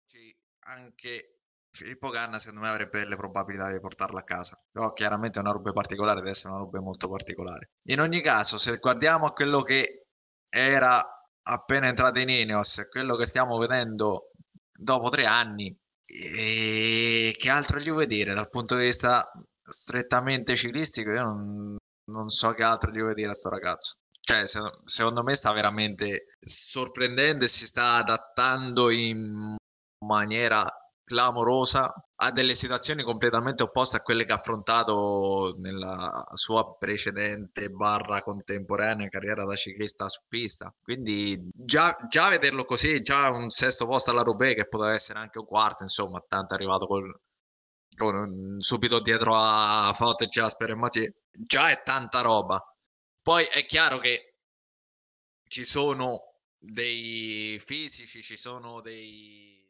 Anche Filippo Ganna secondo me avrebbe le probabilità di portarla a casa, però chiaramente è una roba particolare, deve essere una roba molto particolare. In ogni caso, se guardiamo a quello che era appena entrato in Ineos e quello che stiamo vedendo dopo 3 anni, che altro gli vuoi dire dal punto di vista strettamente ciclistico? Io non so che altro gli vuoi dire a sto ragazzo. Cioè, secondo me sta veramente sorprendendo e si sta adattando in maniera clamorosa a delle situazioni completamente opposte a quelle che ha affrontato nella sua precedente barra contemporanea carriera da ciclista su pista. Quindi già vederlo così, già un sesto posto alla Roubaix che poteva essere anche un quarto, insomma, tanto è arrivato subito dietro a Foto, Jasper e Mathieu, già è tanta roba. Poi è chiaro che ci sono dei fisici, ci sono dei